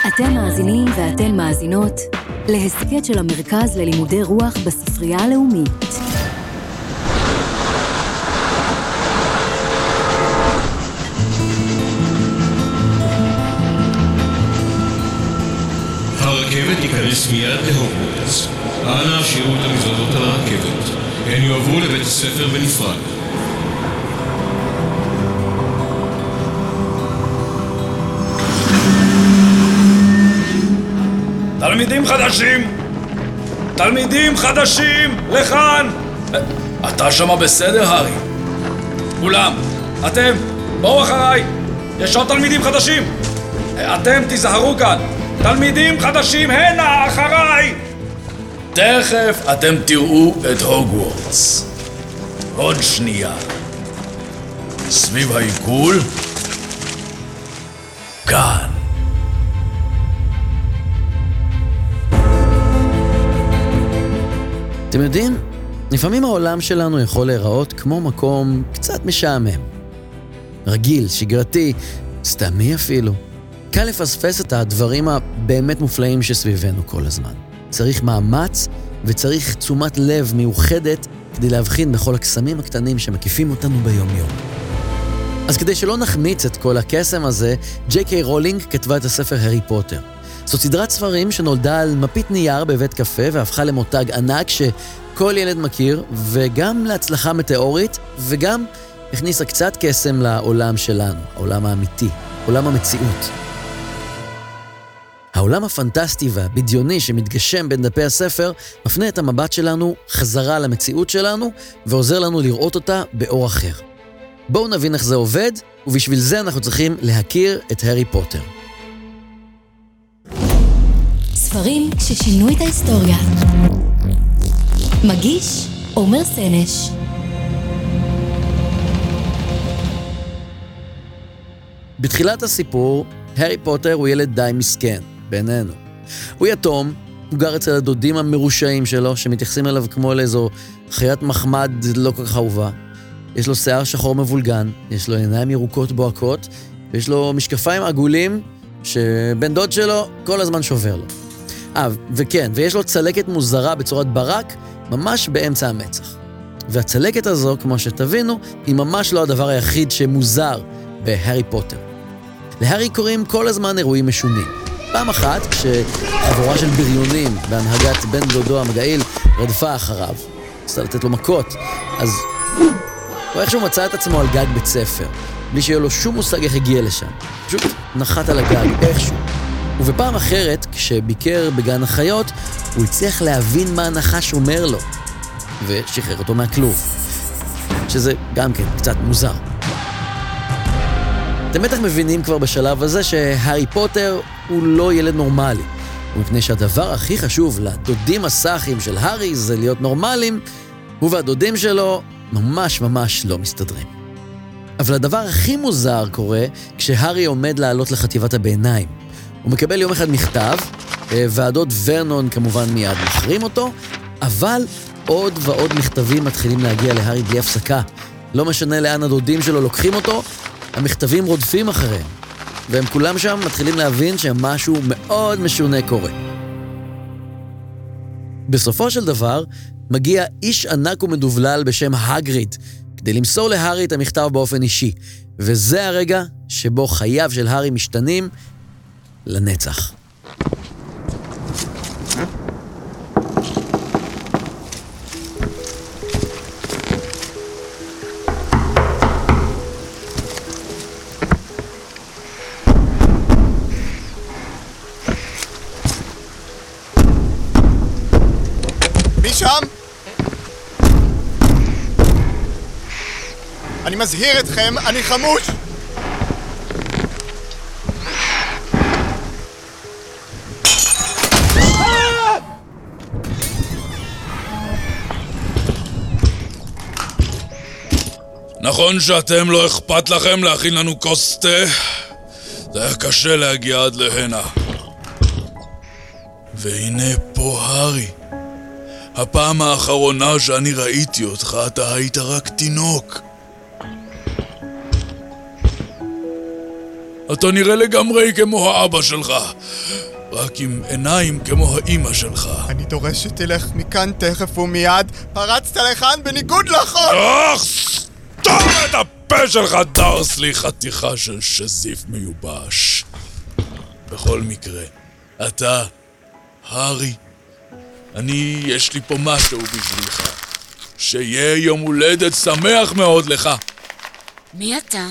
אתם מאזינים ואתן מאזינות להסכת של המרכז ללימודי רוח בספרייה הלאומית. הרכבת תיכנס מיד להוגוורטס. אנא השאירו את המזוודות על הרכבת. הן יועברו לבית הספר בנפרד. תלמידים חדשים, לכאן! אתה שמה בסדר, הארי? כולם, אתם, בואו אחריי! יש עוד תלמידים חדשים! אתם תיזהרו כאן! תלמידים חדשים, הנה, אחריי! תכף אתם תראו את הוגוורטס. עוד שנייה. סביב העיגול. כאן. אתם יודעים, לפעמים העולם שלנו יכול להיראות כמו מקום קצת משעמם. רגיל, שגרתי, סתמי אפילו. קל לפספס את הדברים הבאמת מופלאים שסביבנו כל הזמן. צריך מאמץ וצריך תשומת לב מיוחדת כדי להבחין בכל הקסמים הקטנים שמקיפים אותנו ביום-יום. אז כדי שלא נחמיץ את כל הקסם הזה, ג'יי.קיי רולינג כתבה את הספר הארי פוטר. זאת סדרת ספרים שנולדה על מפית נייר בבית קפה והפכה למותג ענק שכל ילד מכיר, וגם להצלחה מטאורית, וגם הכניסה קצת קסם לעולם שלנו, העולם האמיתי, עולם המציאות. העולם הפנטסטי והבדיוני שמתגשם בין דפי הספר מפנה את המבט שלנו חזרה למציאות שלנו ועוזר לנו לראות אותה באור אחר. בואו נבין איך זה עובד, ובשביל זה אנחנו צריכים להכיר את הארי פוטר. ספרים ששינו את ההיסטוריה. מגיש עומר סנש. בתחילת הסיפור, הארי פוטר הוא ילד די מסכן, בינינו. הוא יתום, הוא גר אצל הדודים המרושעים שלו, שמתייחסים אליו כמו לאיזו חיית מחמד לא כל כך אהובה. יש לו שיער שחור מבולגן, יש לו עיניים ירוקות בוהקות, ויש לו משקפיים עגולים שבן דוד שלו כל הזמן שובר לו. וכן, ויש לו צלקת מוזרה בצורת ברק, ממש באמצע המצח. והצלקת הזו, כמו שתבינו, היא ממש לא הדבר היחיד שמוזר בהארי פוטר. להארי קוראים כל הזמן אירועים משונים. פעם אחת, כשחבורה של בריונים בהנהגת בן דודו המגעיל רדפה אחריו, רצתה לתת לו מכות, אז הוא איכשהו מצא את עצמו על גג בית ספר, בלי שיהיה לו שום מושג איך הגיע לשם. פשוט נחת על הגג, איכשהו. ובפעם אחרת, כשביקר בגן החיות, הוא הצליח להבין מה הנחש אומר לו, ושחרר אותו מהכלוב. שזה גם כן קצת מוזר. אתם בטח מבינים כבר בשלב הזה שהארי פוטר הוא לא ילד נורמלי. ומפני שהדבר הכי חשוב לדודים הסאחים של הארי זה להיות נורמליים, הוא והדודים שלו ממש ממש לא מסתדרים. אבל הדבר הכי מוזר קורה כשהארי עומד לעלות לחטיבת הביניים. הוא מקבל יום אחד מכתב, והדוד ורנון כמובן מיד מחרים אותו, אבל עוד ועוד מכתבים מתחילים להגיע להארי בלי הפסקה. לא משנה לאן הדודים שלו לוקחים אותו, המכתבים רודפים אחריהם, והם כולם שם מתחילים להבין שמשהו מאוד משונה קורה. בסופו של דבר, מגיע איש ענק ומדובלל בשם הגריד, כדי למסור להארי את המכתב באופן אישי, וזה הרגע שבו חייו של הארי משתנים לנצח. מי שם? אני מזהיר אתכם, אני חמוש! נכון שאתם לא אכפת לכם להכין לנו כוס תה? זה היה קשה להגיע עד להנה. והנה פה הארי. הפעם האחרונה שאני ראיתי אותך, אתה היית רק תינוק. אתה נראה לגמרי כמו האבא שלך, רק עם עיניים כמו האמא שלך. אני דורש שתלך מכאן תכף ומיד. פרצת לכאן בניגוד לחוק! סתום את הפה שלך, דרסלי, חתיכה של שזיף מיובש. בכל מקרה, אתה, הארי, יש לי פה משהו בשבילך. שיהיה יום הולדת שמח מאוד לך. מי אתה?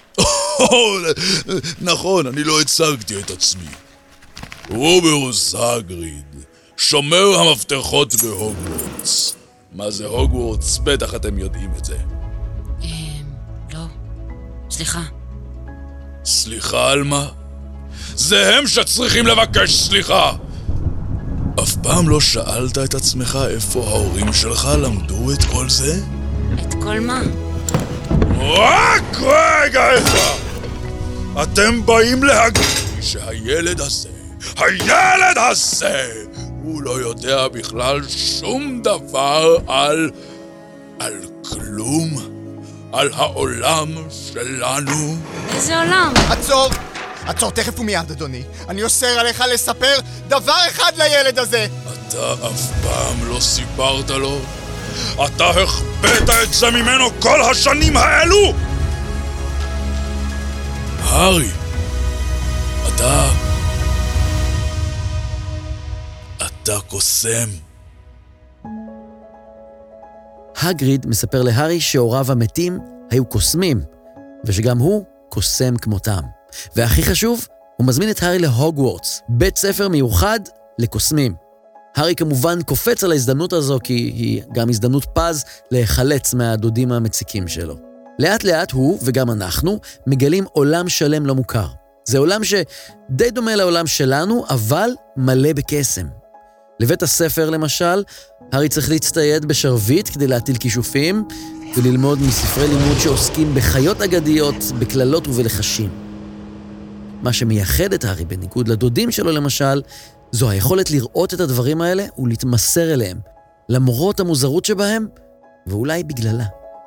נכון, אני לא הצגתי את עצמי. רוביוס הגריד, שומר המפתחות בהוגוורטס. מה זה הוגוורטס? בטח אתם יודעים את זה. לא. סליחה. סליחה על מה? זה הם שצריכים לבקש סליחה! אף פעם לא שאלת את עצמך איפה ההורים שלך למדו את כל זה? את כל מה? רק רגע אחד! אתם באים להגיד שהילד הזה, הוא לא יודע בכלל שום דבר על כלום? על העולם שלנו? איזה עולם? עצור תכף ומיד, אדוני. אני אוסר עליך לספר דבר אחד לילד הזה. אתה אף פעם לא סיפרת לו? אתה הכבאת את זה ממנו כל השנים האלו? הארי, אתה קוסם. הגריד מספר להארי שהוריו המתים היו קוסמים, ושגם הוא קוסם כמותם. והכי חשוב, הוא מזמין את הארי להוגוורטס, בית ספר מיוחד לקוסמים. הארי כמובן קופץ על ההזדמנות הזו, כי היא גם הזדמנות פז להיחלץ מהדודים המציקים שלו. לאט לאט הוא, וגם אנחנו, מגלים עולם שלם לא מוכר. זה עולם שדי דומה לעולם שלנו, אבל מלא בקסם. לבית הספר למשל, הארי צריך להצטייד בשרביט כדי להטיל כישופים, וללמוד מספרי לימוד שעוסקים בחיות אגדיות, בכללות ובלחשים. מה שמייחד את הארי בניגוד לדודים שלו למשל, זו היכולת לראות את הדברים האלה ולהתמסר אליהם, למרות המוזרות שבהם, ואולי בגללה.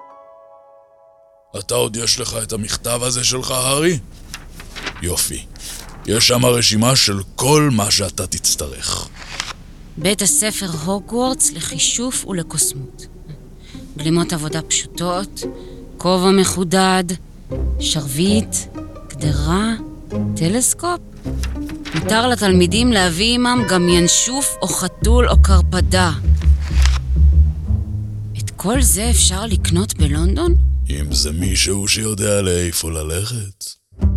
אתה עוד יש לך את המכתב הזה שלך, הארי? יופי. יש שם רשימה של כל מה שאתה תצטרך. בית הספר הוגוורטס לחישוף ולקוסמות. גלימות עבודה פשוטות, כובע מחודד, שרביט, קדרה, טלסקופ. מותר לתלמידים להביא עמם גם ינשוף או חתול או קרפדה. את כל זה אפשר לקנות בלונדון? אם זה מישהו שיודע לאיפה ללכת.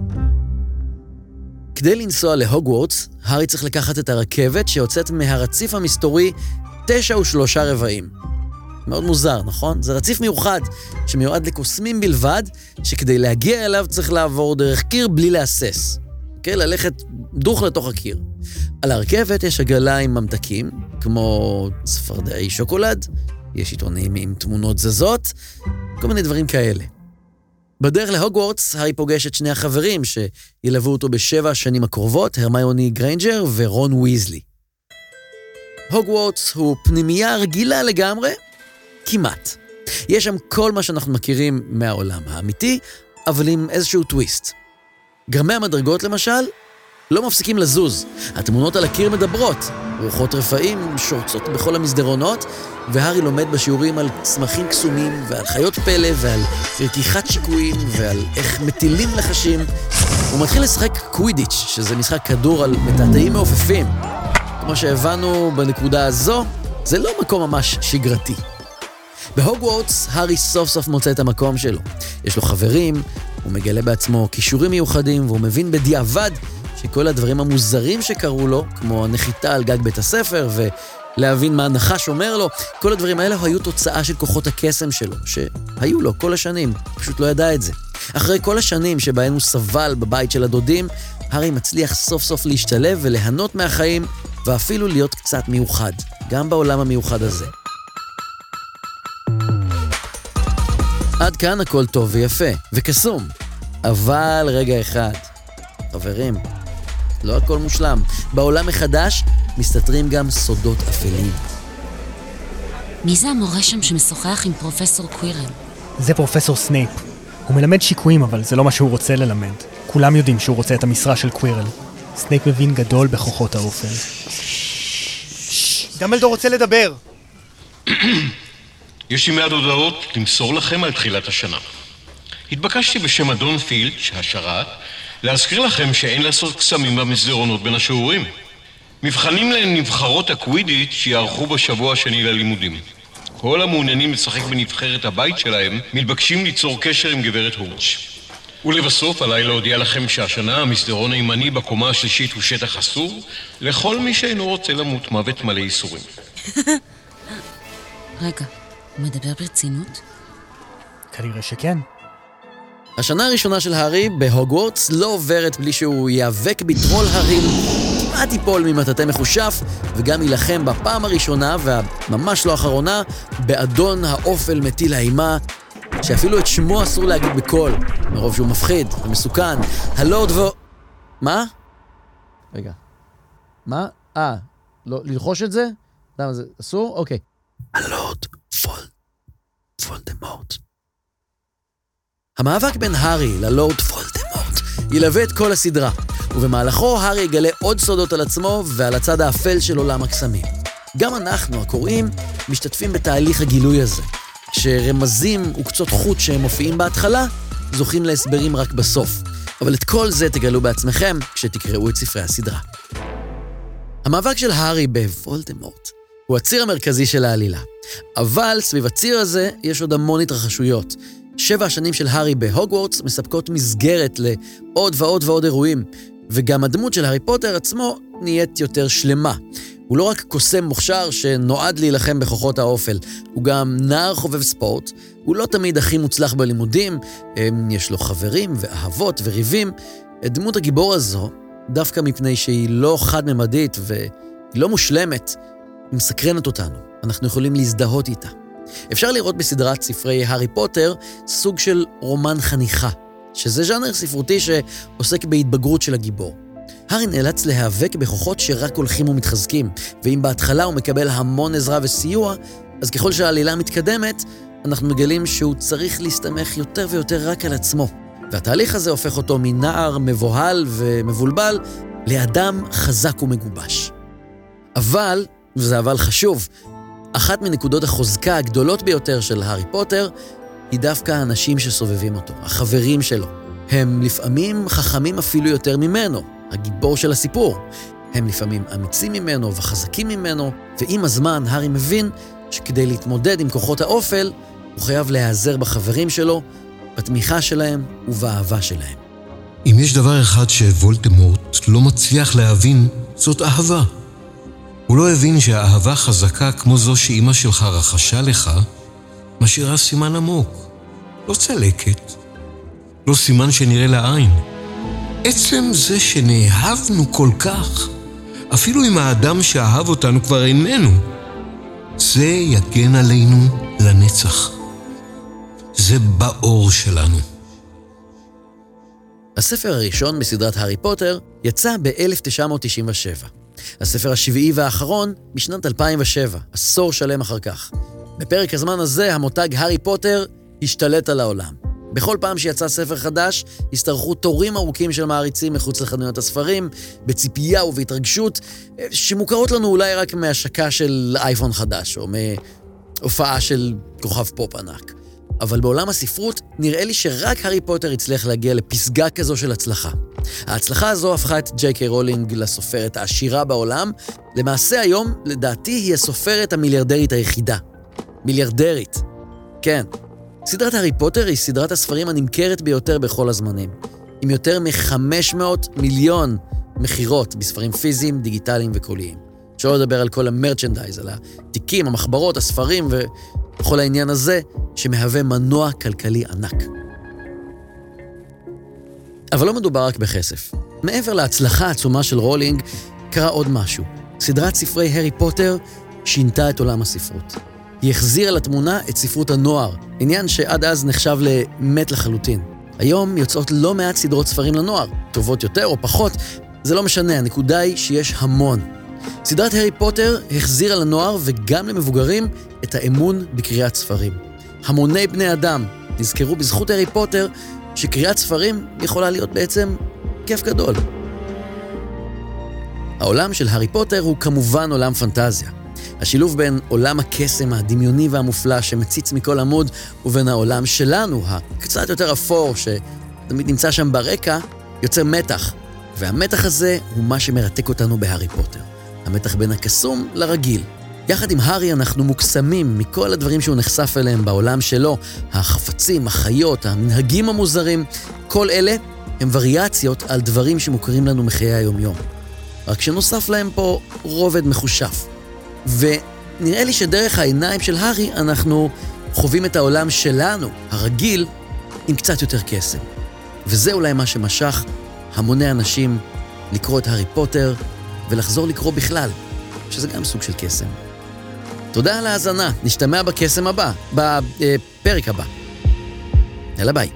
כדי לנסוע להוגוורטס, הארי צריך לקחת את הרכבת שיוצאת מהרציף המסתורי 9 3/4. מאוד מוזר, נכון? זה רציף מיוחד שמיועד לקוסמים בלבד, שכדי להגיע אליו צריך לעבור דרך קיר בלי להסס. אוקיי? ללכת דוך לתוך הקיר. על הרכבת יש עגלה עם ממתקים, כמו צפרדעי שוקולד, יש עיתונים עם תמונות זזות, כל מיני דברים כאלה. בדרך להוגוורטס, הארי פוגש את שני החברים שילוו אותו ב7 השנים הקרובות, הרמיוני גריינג'ר ורון ויזלי. הוגוורטס הוא פנימייה רגילה לגמרי, כמעט. יש שם כל מה שאנחנו מכירים מהעולם האמיתי, אבל עם איזשהו טוויסט. גרמי המדרגות למשל לא מפסיקים לזוז. התמונות על הקיר מדברות. רוחות רפאים שורצות בכל המסדרונות, והארי לומד בשיעורים על צמחים קסומים ועל חיות פלא ועל רתיחת שיקויים ועל איך מטילים לחשים. הוא מתחיל לשחק קווידיץ', שזה משחק כדור על מטאטאים מעופפים. כמו שהבנו בנקודה הזו, זה לא מקום ממש שגרתי. בהוגוורטס, הארי סוף סוף מוצא את המקום שלו. יש לו חברים, הוא מגלה בעצמו כישורים מיוחדים, והוא מבין בדיעבד שכל הדברים המוזרים שקרו לו, כמו הנחיתה על גג בית הספר, ולהבין מה הנחש אומר לו, כל הדברים האלה היו תוצאה של כוחות הקסם שלו, שהיו לו כל השנים, פשוט לא ידע את זה. אחרי כל השנים שבהן הוא סבל בבית של הדודים, הארי מצליח סוף סוף להשתלב וליהנות מהחיים, ואפילו להיות קצת מיוחד, גם בעולם המיוחד הזה. עד כאן הכל טוב ויפה, וקסום. אבל רגע אחד, חברים, לא הכל מושלם. בעולם מחדש מסתתרים גם סודות אפלים. מי זה המורה שם שמשוחח עם פרופסור קווירל? זה פרופסור סנייפ. הוא מלמד שיקויים, אבל זה לא מה שהוא רוצה ללמד. כולם יודעים שהוא רוצה את המשרה של קווירל. סנייפ מבין גדול בכוחות האופל. דמבלדור רוצה לדבר. יש לי מעט הודעות למסור לכם על תחילת השנה. התבקשתי בשם אדון פילץ', השרת, להזכיר לכם שאין לעשות קסמים במסדרונות בין השיעורים. מבחנים לנבחרות הקווידיץ' שיערכו בשבוע השני ללימודים. כל המעוניינים לשחק בנבחרת הבית שלהם מתבקשים ליצור קשר עם גברת הורץ'. ולבסוף עליי להודיע לכם שהשנה המסדרון הימני בקומה השלישית הוא שטח אסור לכל מי שאינו רוצה למות מוות מלא איסורים. רגע, הוא מדבר ברצינות? כנראה שכן. השנה הראשונה של הארי בהוגוורטס לא עוברת בלי שהוא ייאבק בטרול הרים, כמעט ייפול ממטאטא מחושף, וגם ילחם בפעם הראשונה והממש לא האחרונה באדון האופל מטיל האימה, שאפילו את שמו אסור להגיד בקול, מרוב שהוא מפחיד ומסוכן. הלורד מה? רגע. מה? לא, ללחוש את זה? למה זה אסור? אוקיי. הלורד וולדמורט. המאבק בין הארי ללורד וולדמורט ילווה את כל הסדרה, ובמהלכו הארי יגלה עוד סודות על עצמו ועל הצד האפל של עולם הקסמים. גם אנחנו, הקוראים, משתתפים בתהליך הגילוי הזה, כשרמזים וקצות חוט שהם מופיעים בהתחלה, זוכים להסברים רק בסוף. אבל את כל זה תגלו בעצמכם כשתקראו את ספרי הסדרה. המאבק של הארי בוולדמורט הוא הציר המרכזי של העלילה. אבל סביב הציר הזה יש עוד המון התרחשויות. 7 השנים של הארי בהוגוורטס מספקות מסגרת לעוד ועוד ועוד אירועים, וגם הדמות של הארי פוטר עצמו נהיית יותר שלמה. הוא לא רק קוסם מוכשר שנועד להילחם בכוחות האופל, הוא גם נער חובב ספורט, הוא לא תמיד הכי מוצלח בלימודים, יש לו חברים ואהבות וריבים. דמות הגיבור הזו, דווקא מפני שהיא לא חד-ממדית והיא לא מושלמת, היא מסקרנת אותנו, אנחנו יכולים להזדהות איתה. אפשר לראות בסדרת ספרי הארי פוטר סוג של רומן חניכה, שזה ז'אנר ספרותי שעוסק בהתבגרות של הגיבור. הארי נאלץ להיאבק בכוחות שרק הולכים ומתחזקים, ואם בהתחלה הוא מקבל המון עזרה וסיוע, אז ככל שהעלילה מתקדמת, אנחנו מגלים שהוא צריך להסתמך יותר ויותר רק על עצמו. והתהליך הזה הופך אותו מנער מבוהל ומבולבל לאדם חזק ומגובש. אבל, וזה אבל חשוב, אחת מנקודות החוזקה הגדולות ביותר של הארי פוטר היא דווקא האנשים שסובבים אותו, החברים שלו. הם לפעמים חכמים אפילו יותר ממנו, הגיבור של הסיפור. הם לפעמים אמיצים ממנו וחזקים ממנו, ועם הזמן הארי מבין שכדי להתמודד עם כוחות האופל, הוא חייב להיעזר בחברים שלו, בתמיכה שלהם ובאהבה שלהם. אם יש דבר אחד שוולדמורט לא מצליח להבין, זאת אהבה. הוא לא הבין שהאהבה חזקה כמו זו שאמא שלך רכשה לך, משאירה סימן עמוק. לא צלקת, לא סימן שנראה לעין. עצם זה שנאהבנו כל כך, אפילו אם האדם שאהב אותנו כבר איננו, זה יגן עלינו לנצח. זה באור שלנו. הספר הראשון בסדרת הארי פוטר יצא ב-1997. הספר השביעי והאחרון בשנת 2007, עשור שלם אחר כך. בפרק הזמן הזה המותג הארי פוטר השתלט על העולם. בכל פעם שיצא ספר חדש, הסתרחו תורים ארוכים של מעריצים מחוץ לחנויות הספרים, בציפייה ובהתרגשות, שמוכרות לנו אולי רק מהשקה של אייפון חדש, או מהופעה של כוכב פופ ענק. אבל בעולם הספרות נראה לי שרק הארי פוטר הצליח להגיע לפסגה כזו של הצלחה. ההצלחה הזו הפכה את ג'יי קיי רולינג לסופרת העשירה בעולם. למעשה היום, לדעתי, היא הסופרת המיליארדרית היחידה. מיליארדרית. כן. סדרת הארי פוטר היא סדרת הספרים הנמכרת ביותר בכל הזמנים. עם יותר מ-500 מיליון מחירות בספרים פיזיים, דיגיטליים וקוליים. אפשר לדבר על כל המרצ'נדייז, על התיקים, המחברות, הספרים וכל העניין הזה שמהווה מנוע כלכלי ענק. אבל לא מדובר רק בכסף. מעבר להצלחה העצומה של רולינג, קרה עוד משהו. סדרת ספרי הארי פוטר שינתה את עולם הספרות. היא החזירה לתמונה את ספרות הנוער, עניין שעד אז נחשב למת לחלוטין. היום יוצאות לא מעט סדרות ספרים לנוער, טובות יותר או פחות, זה לא משנה, הנקודה היא שיש המון. סדרת הארי פוטר החזירה לנוער וגם למבוגרים את האמון בקריאת ספרים. המוני בני אדם נזכרו בזכות הארי פוטר שקריאת ספרים יכולה להיות בעצם כיף גדול. העולם של הארי פוטר הוא כמובן עולם פנטזיה. השילוב בין עולם הקסם הדמיוני והמופלא שמציץ מכל עמוד, ובין העולם שלנו, הקצת יותר אפור, שתמיד נמצא שם ברקע, יוצר מתח. והמתח הזה הוא מה שמרתק אותנו בהארי פוטר. המתח בין הקסום לרגיל. יחד עם הארי אנחנו מוקסמים מכל הדברים שהוא נחשף אליהם בעולם שלו, החפצים, החיות, המנהגים המוזרים, כל אלה הם וריאציות על דברים שמוכרים לנו מחיי היום-יום. רק שנוסף להם פה רובד מחושף. ונראה לי שדרך העיניים של הארי אנחנו חווים את העולם שלנו, הרגיל, עם קצת יותר קסם. וזה אולי מה שמשך המוני אנשים לקרוא את הארי פוטר ולחזור לקרוא בכלל, שזה גם סוג של קסם. תודה על ההאזנה, נשתמע בקסם הבא, בפרק הבא. יאללה ביי.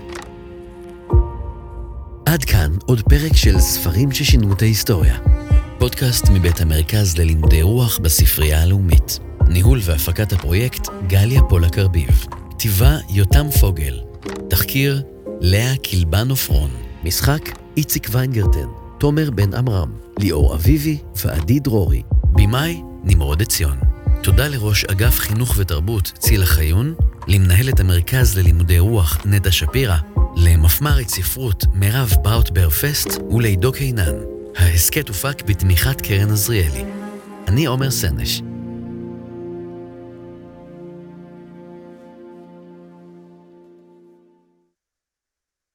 עד כאן עוד פרק של ספרים ששינו את ההיסטוריה. פודקאסט מבית המרכז ללימודי רוח בספרייה הלאומית. ניהול והפקת הפרויקט גליה פולק ארביב. כתיבה יותם פוגל. תחקיר לאה קילבן אופרון. משחק איציק ויינגרטן, תומר בן אמרם, ליאור אביבי ועדי דרורי. בימאי נמרוד עציון. תודה לראש אגף חינוך ותרבות צילה חיון, למנהלת המרכז ללימודי רוח נדה שפירה, למפמ"רית ספרות מירב בראוטבר פסט ולעידו קינן. ההסקט הופק בתמיכת קרן עזריאלי. אני עומר סנש.